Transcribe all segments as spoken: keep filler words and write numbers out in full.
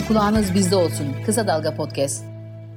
Kulağınız bizde olsun. Kısa Dalga Podcast.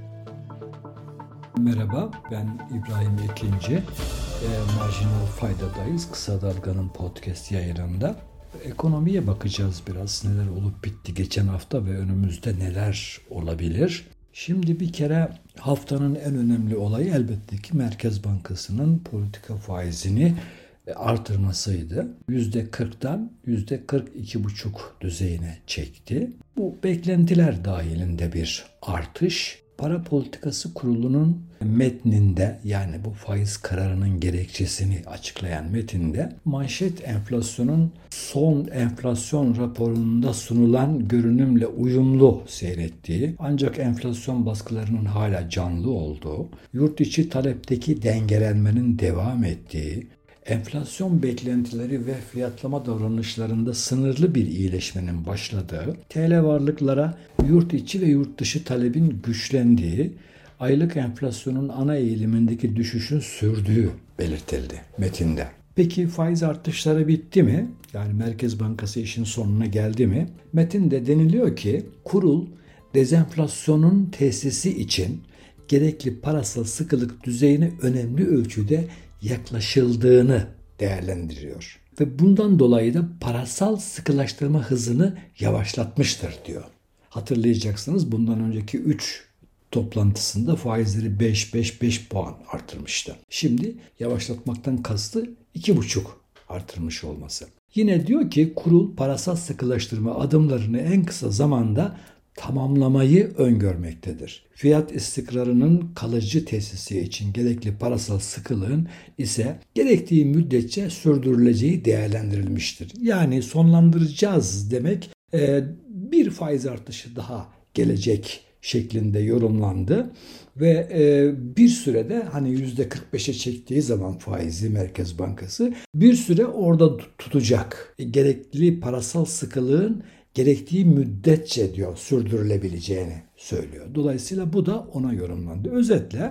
Merhaba, ben İbrahim Ekinci. E, Marjinal Fayda'dayız. Kısa Dalga'nın podcast yayınında. Ekonomiye bakacağız biraz. Neler olup bitti geçen hafta ve önümüzde neler olabilir? Şimdi bir kere haftanın en önemli olayı elbette ki Merkez Bankası'nın politika faizini artırmasıydı. yüzde kırktan yüzde kırk iki buçuk düzeyine çekti. Bu beklentiler dahilinde bir artış. Para Politikası Kurulu'nun metninde, yani bu faiz kararının gerekçesini açıklayan metinde, manşet enflasyonun son enflasyon raporunda sunulan görünümle uyumlu seyrettiği, ancak enflasyon baskılarının hala canlı olduğu, yurt içi talepteki dengelenmenin devam ettiği, enflasyon beklentileri ve fiyatlama davranışlarında sınırlı bir iyileşmenin başladığı, T L varlıklara yurt içi ve yurt dışı talebin güçlendiği, aylık enflasyonun ana eğilimindeki düşüşün sürdüğü belirtildi metinde. Peki faiz artışları bitti mi? Yani Merkez Bankası işin sonuna geldi mi? Metinde deniliyor ki kurul dezenflasyonun tesisi için gerekli parasal sıkılık düzeyine önemli ölçüde yaklaşıldığını değerlendiriyor. Ve bundan dolayı da parasal sıkılaştırma hızını yavaşlatmıştır diyor. Hatırlayacaksınız, bundan önceki üç toplantısında faizleri beş beş beş puan artırmıştı. Şimdi yavaşlatmaktan kastı iki buçuk artırmış olması. Yine diyor ki kurul parasal sıkılaştırma adımlarını en kısa zamanda tamamlamayı öngörmektedir. Fiyat istikrarının kalıcı tesisi için gerekli parasal sıkılığın ise gerektiği müddetçe sürdürüleceği değerlendirilmiştir. Yani sonlandıracağız demek e, bir faiz artışı daha gelecek şeklinde yorumlandı. Ve e, bir sürede hani yüzde kırk beşe çektiği zaman faizi Merkez Bankası bir süre orada tutacak. E, gerekli parasal sıkılığın gerektiği müddetçe diyor sürdürülebileceğini söylüyor. Dolayısıyla bu da ona yorumlandı. Özetle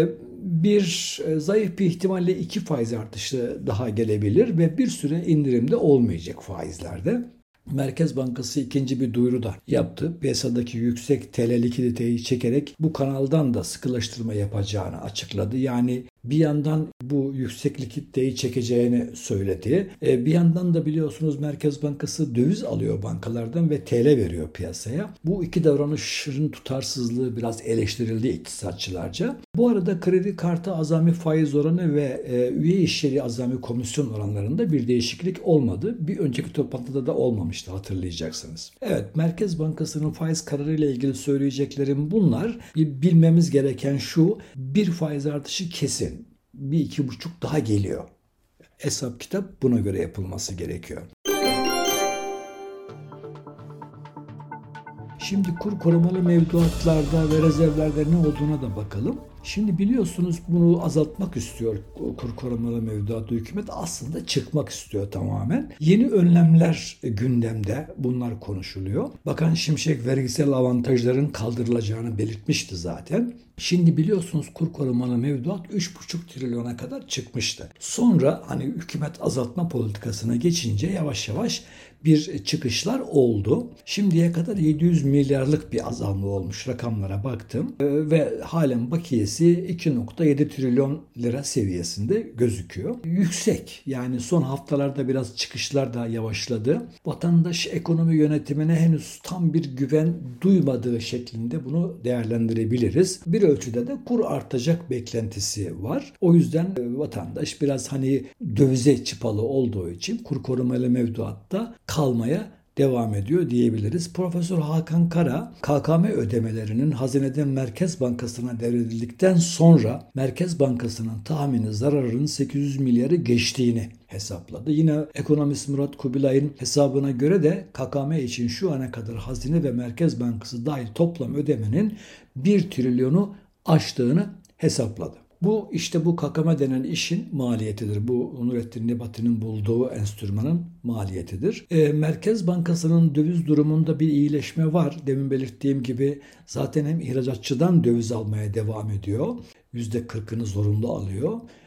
bir zayıf bir ihtimalle iki faiz artışı daha gelebilir ve bir süre indirimde olmayacak faizlerde. Merkez Bankası ikinci bir duyuru da yaptı. Piyasadaki yüksek T L likiditeyi çekerek bu kanaldan da sıkılaştırma yapacağını açıkladı. Yani bir yandan bu yüksek likiditeyi çekeceğini söyledi. Bir yandan da biliyorsunuz Merkez Bankası döviz alıyor bankalardan ve T L veriyor piyasaya. Bu iki davranışın tutarsızlığı biraz eleştirildi iktisatçılarca. Bu arada kredi kartı azami faiz oranı ve üye işleri azami komisyon oranlarında bir değişiklik olmadı. Bir önceki toplantıda da olmamıştı, hatırlayacaksınız. Evet, Merkez Bankası'nın faiz kararıyla ilgili söyleyeceklerim bunlar. Bilmemiz gereken şu: bir faiz artışı kesin. Bir iki buçuk daha geliyor. Hesap kitap buna göre yapılması gerekiyor. Şimdi kur korumalı mevduatlarda ve rezervlerde ne olduğuna da bakalım. Şimdi biliyorsunuz bunu azaltmak istiyor kur korumalı mevduat hükümet, aslında çıkmak istiyor tamamen. Yeni önlemler gündemde, bunlar konuşuluyor. Bakan Şimşek vergisel avantajların kaldırılacağını belirtmişti zaten. Şimdi biliyorsunuz kur korumalı mevduat üç buçuk trilyona kadar çıkmıştı. Sonra hani hükümet azaltma politikasına geçince yavaş yavaş bir çıkışlar oldu. Şimdiye kadar yedi yüz milyarlık bir azalma olmuş, rakamlara baktım ve halen bakiyesi iki virgül yedi trilyon lira seviyesinde gözüküyor. Yüksek, yani son haftalarda biraz çıkışlar da yavaşladı. Vatandaş ekonomi yönetimine henüz tam bir güven duymadığı şeklinde bunu değerlendirebiliriz. Bir ölçüde de kur artacak beklentisi var. O yüzden vatandaş biraz hani dövize çıpalı olduğu için kur korumalı mevduatta kalmaya devam ediyor diyebiliriz. Profesör Hakan Kara, K K M ödemelerinin hazineden Merkez Bankası'na devredildikten sonra Merkez Bankası'nın tahmini zararının sekiz yüz milyarı geçtiğini hesapladı. Yine ekonomist Murat Kubilay'ın hesabına göre de K K M için şu ana kadar hazine ve Merkez Bankası dahil toplam ödemenin bir trilyonu aştığını hesapladı. Bu işte bu K K M denen işin maliyetidir. Bu Nurettin Nebati'nin bulduğu enstrümanın maliyetidir. E, Merkez Bankası'nın döviz durumunda bir iyileşme var. Demin belirttiğim gibi zaten hem ihracatçıdan döviz almaya devam ediyor. yüzde kırkını zorunda alıyor.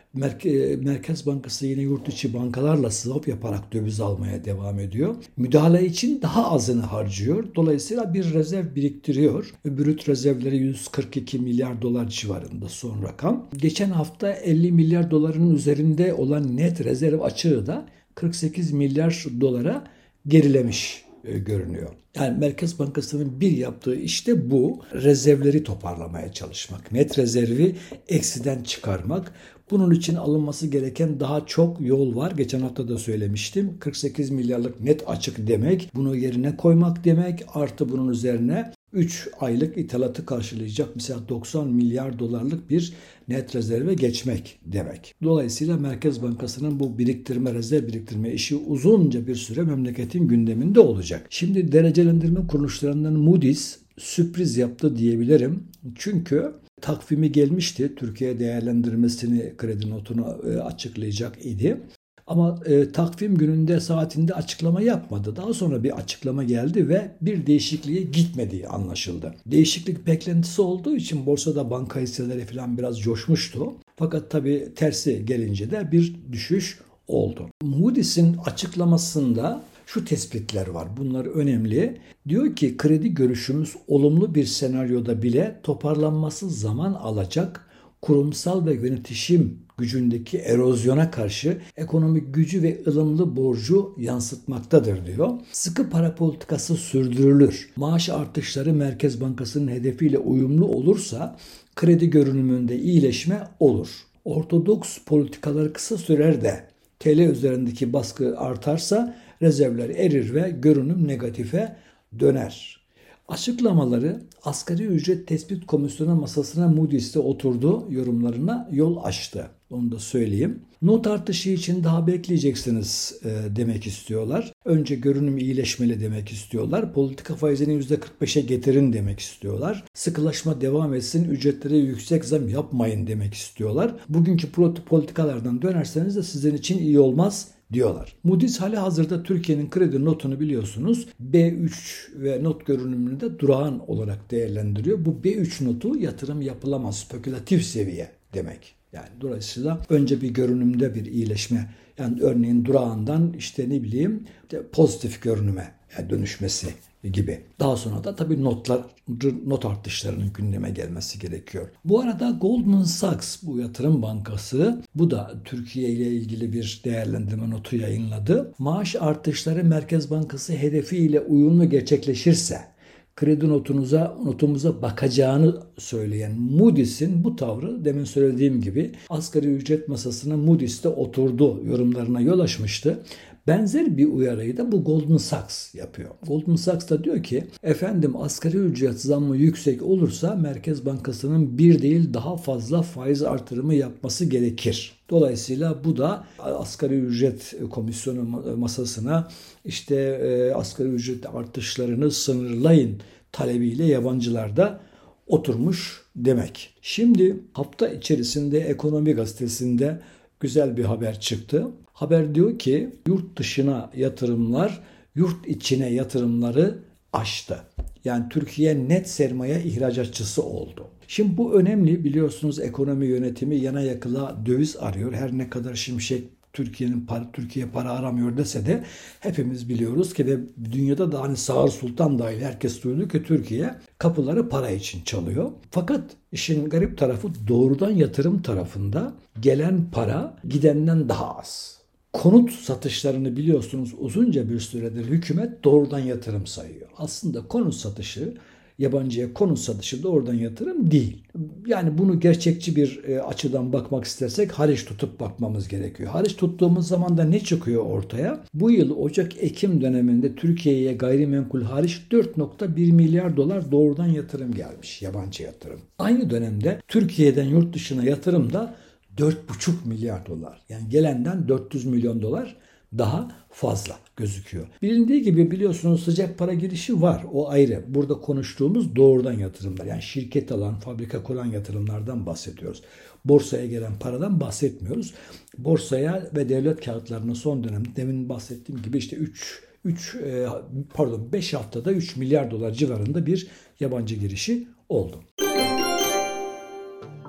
Merkez Bankası yine yurt içi bankalarla swap yaparak döviz almaya devam ediyor. Müdahale için daha azını harcıyor. Dolayısıyla bir rezerv biriktiriyor. Brüt rezervleri yüz kırk iki milyar dolar civarında son rakam. Geçen hafta elli milyar doların üzerinde olan net rezerv açığı da kırk sekiz milyar dolara gerilemiş görünüyor. Yani Merkez Bankası'nın bir yaptığı işte bu. Rezervleri toparlamaya çalışmak. Net rezervi eksiden çıkarmak. Bunun için alınması gereken daha çok yol var. Geçen hafta da söylemiştim. kırk sekiz milyarlık net açık demek. Bunu yerine koymak demek. Artı bunun üzerine üç aylık ithalatı karşılayacak mesela doksan milyar dolarlık bir net rezerve geçmek demek. Dolayısıyla Merkez Bankası'nın bu biriktirme, rezerv biriktirme işi uzunca bir süre memleketin gündeminde olacak. Şimdi derecelendirme kuruluşlarından Moody's sürpriz yaptı diyebilirim. Çünkü takvimi gelmişti. Türkiye değerlendirmesini, kredi notunu açıklayacak idi. Ama e, takvim gününde saatinde açıklama yapmadı. Daha sonra bir açıklama geldi ve bir değişikliğe gitmediği anlaşıldı. Değişiklik beklentisi olduğu için borsada banka hisseleri falan biraz coşmuştu. Fakat tabii tersi gelince de bir düşüş oldu. Moody's'in açıklamasında şu tespitler var. Bunlar önemli. Diyor ki kredi görüşümüz olumlu bir senaryoda bile toparlanması zaman alacak. Kurumsal ve yönetişim gücündeki erozyona karşı ekonomik gücü ve ılımlı borcu yansıtmaktadır diyor. Sıkı para politikası sürdürülür. Maaş artışları Merkez Bankası'nın hedefiyle uyumlu olursa kredi görünümünde iyileşme olur. Ortodoks politikalar kısa sürer de T L üzerindeki baskı artarsa rezervler erir ve görünüm negatife döner. Açıklamaları asgari ücret tespit komisyonu masasına Moody's'te oturdu yorumlarına yol açtı. Onu da söyleyeyim. Not artışı için daha bekleyeceksiniz e, demek istiyorlar. Önce görünüm iyileşmeli demek istiyorlar. Politika faizini yüzde kırk beşe getirin demek istiyorlar. Sıkılaşma devam etsin, ücretlere yüksek zam yapmayın demek istiyorlar. Bugünkü politikalardan dönerseniz de sizin için iyi olmaz diyorlar. Moody's hali hazırda Türkiye'nin kredi notunu biliyorsunuz B üç ve not görünümünü de durağan olarak değerlendiriyor. Bu B üç notu yatırım yapılamaz, spekülatif seviye demek. Yani dolayısıyla önce bir görünümde bir iyileşme, yani örneğin durağından işte ne bileyim işte pozitif görünüme dönüşmesi gibi. Daha sonra da tabii notlar, not artışlarının gündeme gelmesi gerekiyor. Bu arada Goldman Sachs, bu yatırım bankası, bu da Türkiye ile ilgili bir değerlendirme notu yayınladı. Maaş artışları Merkez Bankası hedefiyle uyumlu gerçekleşirse kredi notunuza, notumuza bakacağını söyleyen Moody's'in bu tavrı demin söylediğim gibi asgari ücret masasına Moody's'te oturdu yorumlarına yol açmıştı. Benzer bir uyarıyı da bu Goldman Sachs yapıyor. Goldman Sachs da diyor ki efendim asgari ücret zammı yüksek olursa Merkez Bankası'nın bir değil daha fazla faiz artırımı yapması gerekir. Dolayısıyla bu da asgari ücret komisyonu masasına işte e, asgari ücret artışlarını sınırlayın talebiyle yabancılar da oturmuş demek. Şimdi hafta içerisinde Ekonomi Gazetesi'nde güzel bir haber çıktı. Haber diyor ki yurt dışına yatırımlar yurt içine yatırımları aştı. Yani Türkiye net sermaye ihracatçısı oldu. Şimdi bu önemli, biliyorsunuz ekonomi yönetimi yana yakıla döviz arıyor. Her ne kadar Şimşek Türkiye'nin para, Türkiye para aramıyor dese de hepimiz biliyoruz ki ve dünyada da hani Sağır Sultan dahil herkes duydu ki Türkiye kapıları para için çalıyor. Fakat işin garip tarafı doğrudan yatırım tarafında gelen para gidenden daha az. Konut satışlarını biliyorsunuz uzunca bir süredir hükümet doğrudan yatırım sayıyor. Aslında konut satışı, yabancıya konut satışı doğrudan yatırım değil. Yani bunu gerçekçi bir açıdan bakmak istersek hariç tutup bakmamız gerekiyor. Hariç tuttuğumuz zaman da ne çıkıyor ortaya? Bu yıl Ocak-Ekim döneminde Türkiye'ye gayrimenkul hariç dört nokta bir milyar dolar doğrudan yatırım gelmiş, yabancı yatırım. Aynı dönemde Türkiye'den yurt dışına yatırım da dört buçuk milyar dolar. Yani gelenden dört yüz milyon dolar daha fazla gözüküyor. Bilindiği gibi biliyorsunuz sıcak para girişi var. O ayrı. Burada konuştuğumuz doğrudan yatırımlar. Yani şirket alan, fabrika kuran yatırımlardan bahsediyoruz. Borsaya gelen paradan bahsetmiyoruz. Borsaya ve devlet kağıtlarına son dönemde demin bahsettiğim gibi işte üç üç pardon beş haftada üç milyar dolar civarında bir yabancı girişi oldu.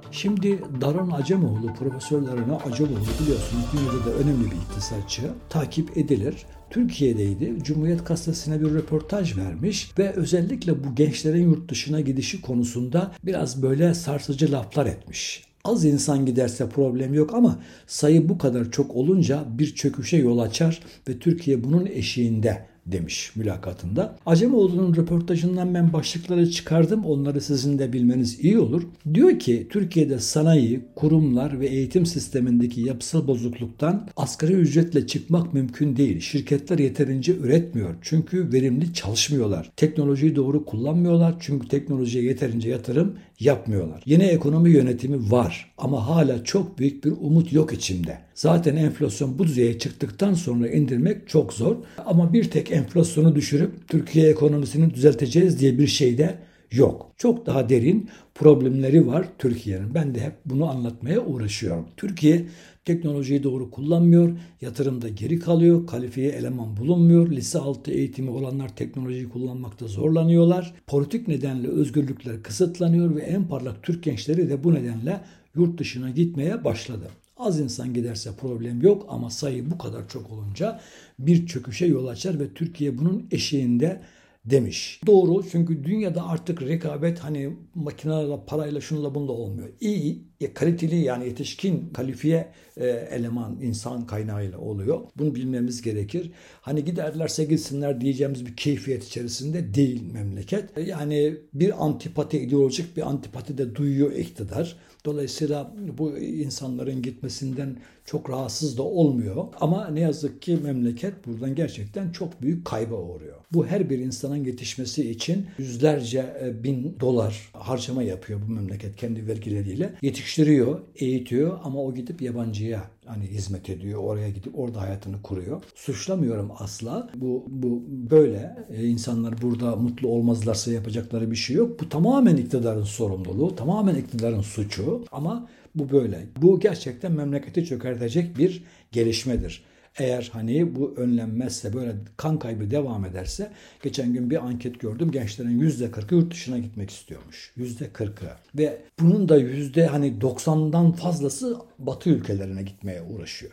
Şimdi Daron Acemoğlu, Profesör Daron Acemoğlu biliyorsunuz dünyada da önemli bir iktisatçı, takip edilir. Türkiye'deydi. Cumhuriyet Gazetesi'ne bir röportaj vermiş ve özellikle bu gençlerin yurt dışına gidişi konusunda biraz böyle sarsıcı laflar etmiş. Az insan giderse problem yok ama sayı bu kadar çok olunca bir çöküşe yol açar ve Türkiye bunun eşiğinde demiş mülakatında. Acemoğlu'nun röportajından ben başlıkları çıkardım. Onları sizin de bilmeniz iyi olur. Diyor ki Türkiye'de sanayi, kurumlar ve eğitim sistemindeki yapısal bozukluktan asgari ücretle çıkmak mümkün değil. Şirketler yeterince üretmiyor. Çünkü verimli çalışmıyorlar. Teknolojiyi doğru kullanmıyorlar. Çünkü teknolojiye yeterince yatırım yapmıyorlar. Yeni ekonomi yönetimi var ama hala çok büyük bir umut yok içimde. Zaten enflasyon bu düzeye çıktıktan sonra indirmek çok zor. Ama bir tek enflasyonu düşürüp Türkiye ekonomisini düzelteceğiz diye bir şey de yok. Çok daha derin problemleri var Türkiye'nin. Ben de hep bunu anlatmaya uğraşıyorum. Türkiye teknolojiyi doğru kullanmıyor, yatırımda geri kalıyor, kalifiye eleman bulunmuyor, lise altı eğitimi olanlar teknolojiyi kullanmakta zorlanıyorlar. Politik nedenle özgürlükler kısıtlanıyor ve en parlak Türk gençleri de bu nedenle yurt dışına gitmeye başladı. Az insan giderse problem yok ama sayı bu kadar çok olunca bir çöküşe yol açar ve Türkiye bunun eşiğinde demiş. Doğru, çünkü dünyada artık rekabet hani makinelerle, parayla, şunla bununla olmuyor. İyi, kaliteli yani yetişkin, kalifiye e, eleman, insan kaynağıyla oluyor. Bunu bilmemiz gerekir. Hani giderlerse gitsinler diyeceğimiz bir keyfiyet içerisinde değil memleket. Yani bir antipati, ideolojik bir antipati de duyuyor iktidar. Dolayısıyla bu insanların gitmesinden çok rahatsız da olmuyor. Ama ne yazık ki memleket buradan gerçekten çok büyük kayba uğruyor. Bu her bir insanın yetişmesi için yüzlerce bin dolar harcama yapıyor bu memleket kendi vergileriyle. Yetiştiriyor, eğitiyor ama o gidip yabancıya hani hizmet ediyor. Oraya gidip orada hayatını kuruyor. Suçlamıyorum asla. Bu bu böyle. Ee, insanlar burada mutlu olmazlarsa yapacakları bir şey yok. Bu tamamen iktidarın sorumluluğu. Tamamen iktidarın suçu. Ama bu böyle. Bu gerçekten memleketi çökertecek bir gelişmedir. Eğer hani bu önlenmezse, böyle kan kaybı devam ederse, geçen gün bir anket gördüm, gençlerin yüzde kırkı yurt dışına gitmek istiyormuş. yüzde kırkı. Ve bunun da yüzde hani doksandan fazlası Batı ülkelerine gitmeye uğraşıyor.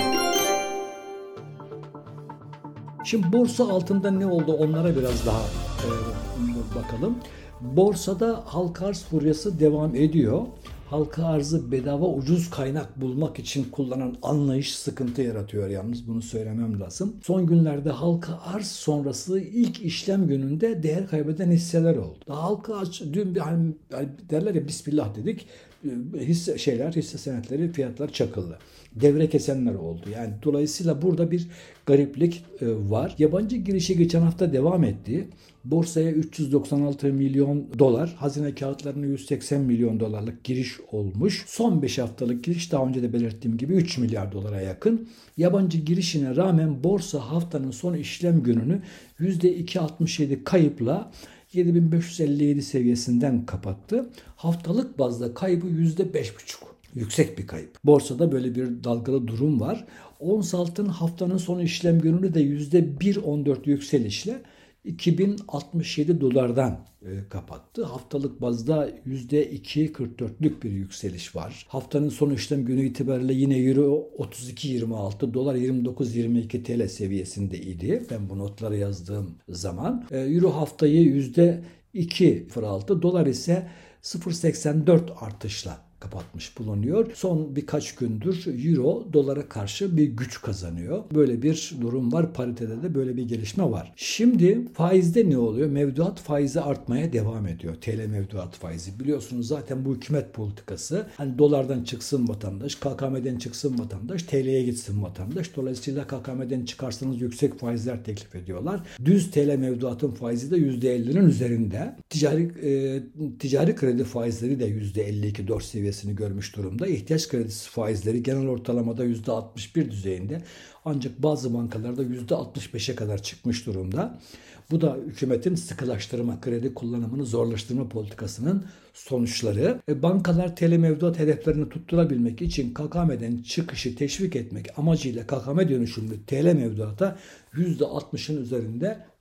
Şimdi borsa altında ne oldu, onlara biraz daha e, bakalım. Borsada halka arz furyası devam ediyor. Halka arzı bedava ucuz kaynak bulmak için kullanan anlayış sıkıntı yaratıyor yalnız. Bunu söylemem lazım. Son günlerde halka arz sonrası ilk işlem gününde değer kaybeden hisseler oldu. Daha halka arz dün bir hani derler ya bismillah dedik. Hisse şeyler, hisse senetleri fiyatlar çakıldı. Devre kesenler oldu. Yani dolayısıyla burada bir gariplik var. Yabancı girişi geçen hafta devam etti. Borsaya üç yüz doksan altı milyon dolar, hazine kağıtlarına yüz seksen milyon dolarlık giriş olmuş. Son beş haftalık giriş daha önce de belirttiğim gibi üç milyar dolara yakın. Yabancı girişine rağmen borsa haftanın son işlem gününü yüzde iki virgül altmış yedi kayıpla yedi bin beş yüz elli yedi seviyesinden kapattı. Haftalık bazda kaybı yüzde beş virgül beş. Yüksek bir kayıp. Borsada böyle bir dalgalı durum var. Ons altın haftanın son işlem gününü de yüzde bir virgül on dört yükselişle iki bin altmış yedi dolardan e, kapattı. Haftalık bazda yüzde iki virgül kırk dörtlük bir yükseliş var. Haftanın son işlem günü itibariyle yine euro otuz iki virgül yirmi altı, dolar yirmi dokuz virgül yirmi iki T L seviyesinde idi. Ben bu notları yazdığım zaman. E, euro haftayı yüzde iki virgül altı, dolar ise sıfır virgül seksen dört artışla kapatmış bulunuyor. Son birkaç gündür euro dolara karşı bir güç kazanıyor. Böyle bir durum var. Paritede de böyle bir gelişme var. Şimdi faizde ne oluyor? Mevduat faizi artmaya devam ediyor. T L mevduat faizi. Biliyorsunuz zaten bu hükümet politikası. Hani dolardan çıksın vatandaş, K K M'den çıksın vatandaş, T L'ye gitsin vatandaş. Dolayısıyla K K M'den çıkarsanız yüksek faizler teklif ediyorlar. Düz T L mevduatın faizi de yüzde ellinin üzerinde. Ticari e, ticari kredi faizleri de yüzde elli iki dört seviyesinde görmüş durumda. İhtiyaç kredisi faizleri genel ortalamada yüzde altmış bir düzeyinde. Ancak bazı bankalarda yüzde altmış beşe kadar çıkmış durumda. Bu da hükümetin sıkılaştırma, kredi kullanımını zorlaştırma politikasının sonuçları. E, bankalar T L mevduat hedeflerini tutturabilmek için K K M'den çıkışı teşvik etmek amacıyla K K M dönüşümlü T L mevduata yüzde altmışın üzerinde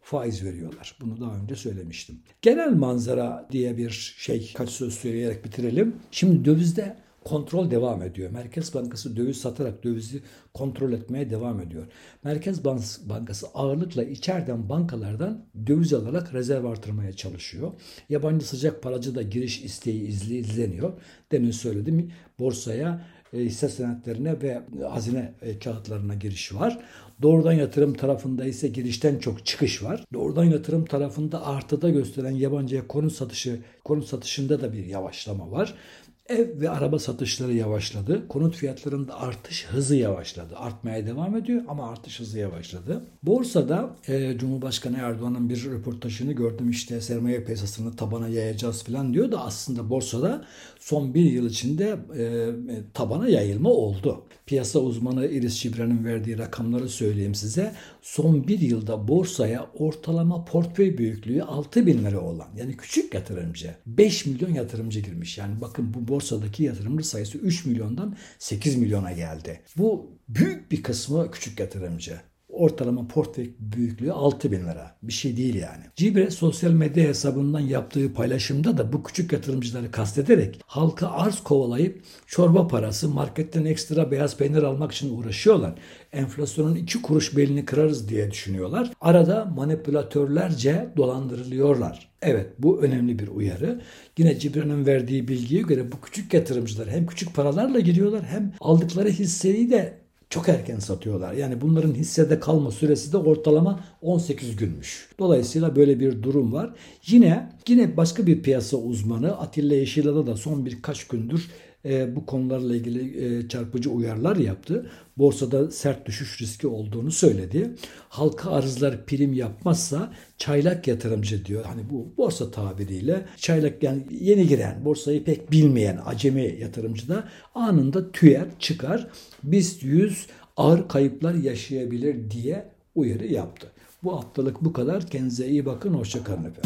faiz veriyorlar. Bunu daha önce söylemiştim. Genel manzara diye bir şey, kaç söz söyleyerek bitirelim. Şimdi dövizde kontrol devam ediyor. Merkez Bankası döviz satarak dövizi kontrol etmeye devam ediyor. Merkez Bankası ağırlıkla içeriden bankalardan döviz alarak rezerv artırmaya çalışıyor. Yabancı sıcak paracı da giriş isteği izli izleniyor. Demin söyledim, borsaya, hisse senetlerine ve hazine kağıtlarına giriş var. Doğrudan yatırım tarafında ise girişten çok çıkış var. Doğrudan yatırım tarafında artıda gösteren yabancıya konut satışı, konut satışında da bir yavaşlama var. Ev ve araba satışları yavaşladı. Konut fiyatlarında artış hızı yavaşladı. Artmaya devam ediyor ama artış hızı yavaşladı. Borsada e, Cumhurbaşkanı Erdoğan'ın bir röportajını gördüm. İşte sermaye piyasasını tabana yayacağız falan diyor da aslında borsada son bir yıl içinde e, tabana yayılma oldu. Piyasa uzmanı Iris Çibre'nin verdiği rakamları söyleyeyim size. Son bir yılda borsaya ortalama portföy büyüklüğü altı bin lira olan, yani küçük yatırımcı, beş milyon yatırımcı girmiş. Yani bakın, bu borsadaki yatırımcı sayısı üç milyondan sekiz milyona geldi. Bu büyük bir kısmı küçük yatırımcı. Ortalama portföy büyüklüğü altı bin lira. Bir şey değil yani. Cibre sosyal medya hesabından yaptığı paylaşımda da bu küçük yatırımcıları kastederek halka arz kovalayıp çorba parası, marketten ekstra beyaz peynir almak için uğraşıyorlar. Enflasyonun iki kuruş belini kırarız diye düşünüyorlar. Arada manipülatörlerce dolandırılıyorlar. Evet, bu önemli bir uyarı. Yine Cibre'nin verdiği bilgiye göre bu küçük yatırımcılar hem küçük paralarla giriyorlar hem aldıkları hisseyi de çok erken satıyorlar. Yani bunların hissede kalma süresi de ortalama on sekiz günmüş. Dolayısıyla böyle bir durum var. Yine yine başka bir piyasa uzmanı Atilla Yeşilada da son birkaç gündür e, bu konularla ilgili e, çarpıcı uyarılar yaptı. Borsada sert düşüş riski olduğunu söyledi. Halka arzlar prim yapmazsa çaylak yatırımcı diyor. Hani bu borsa tabiriyle çaylak, yani yeni giren, borsayı pek bilmeyen acemi yatırımcı da anında tüyer, çıkar. BIST yüz ağır kayıplar yaşayabilir diye uyarı yaptı. Bu haftalık bu kadar. Kendinize iyi bakın. Hoşça kalın efendim.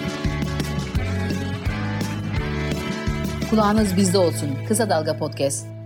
Kulağınız bizde olsun. Kısa Dalga Podcast.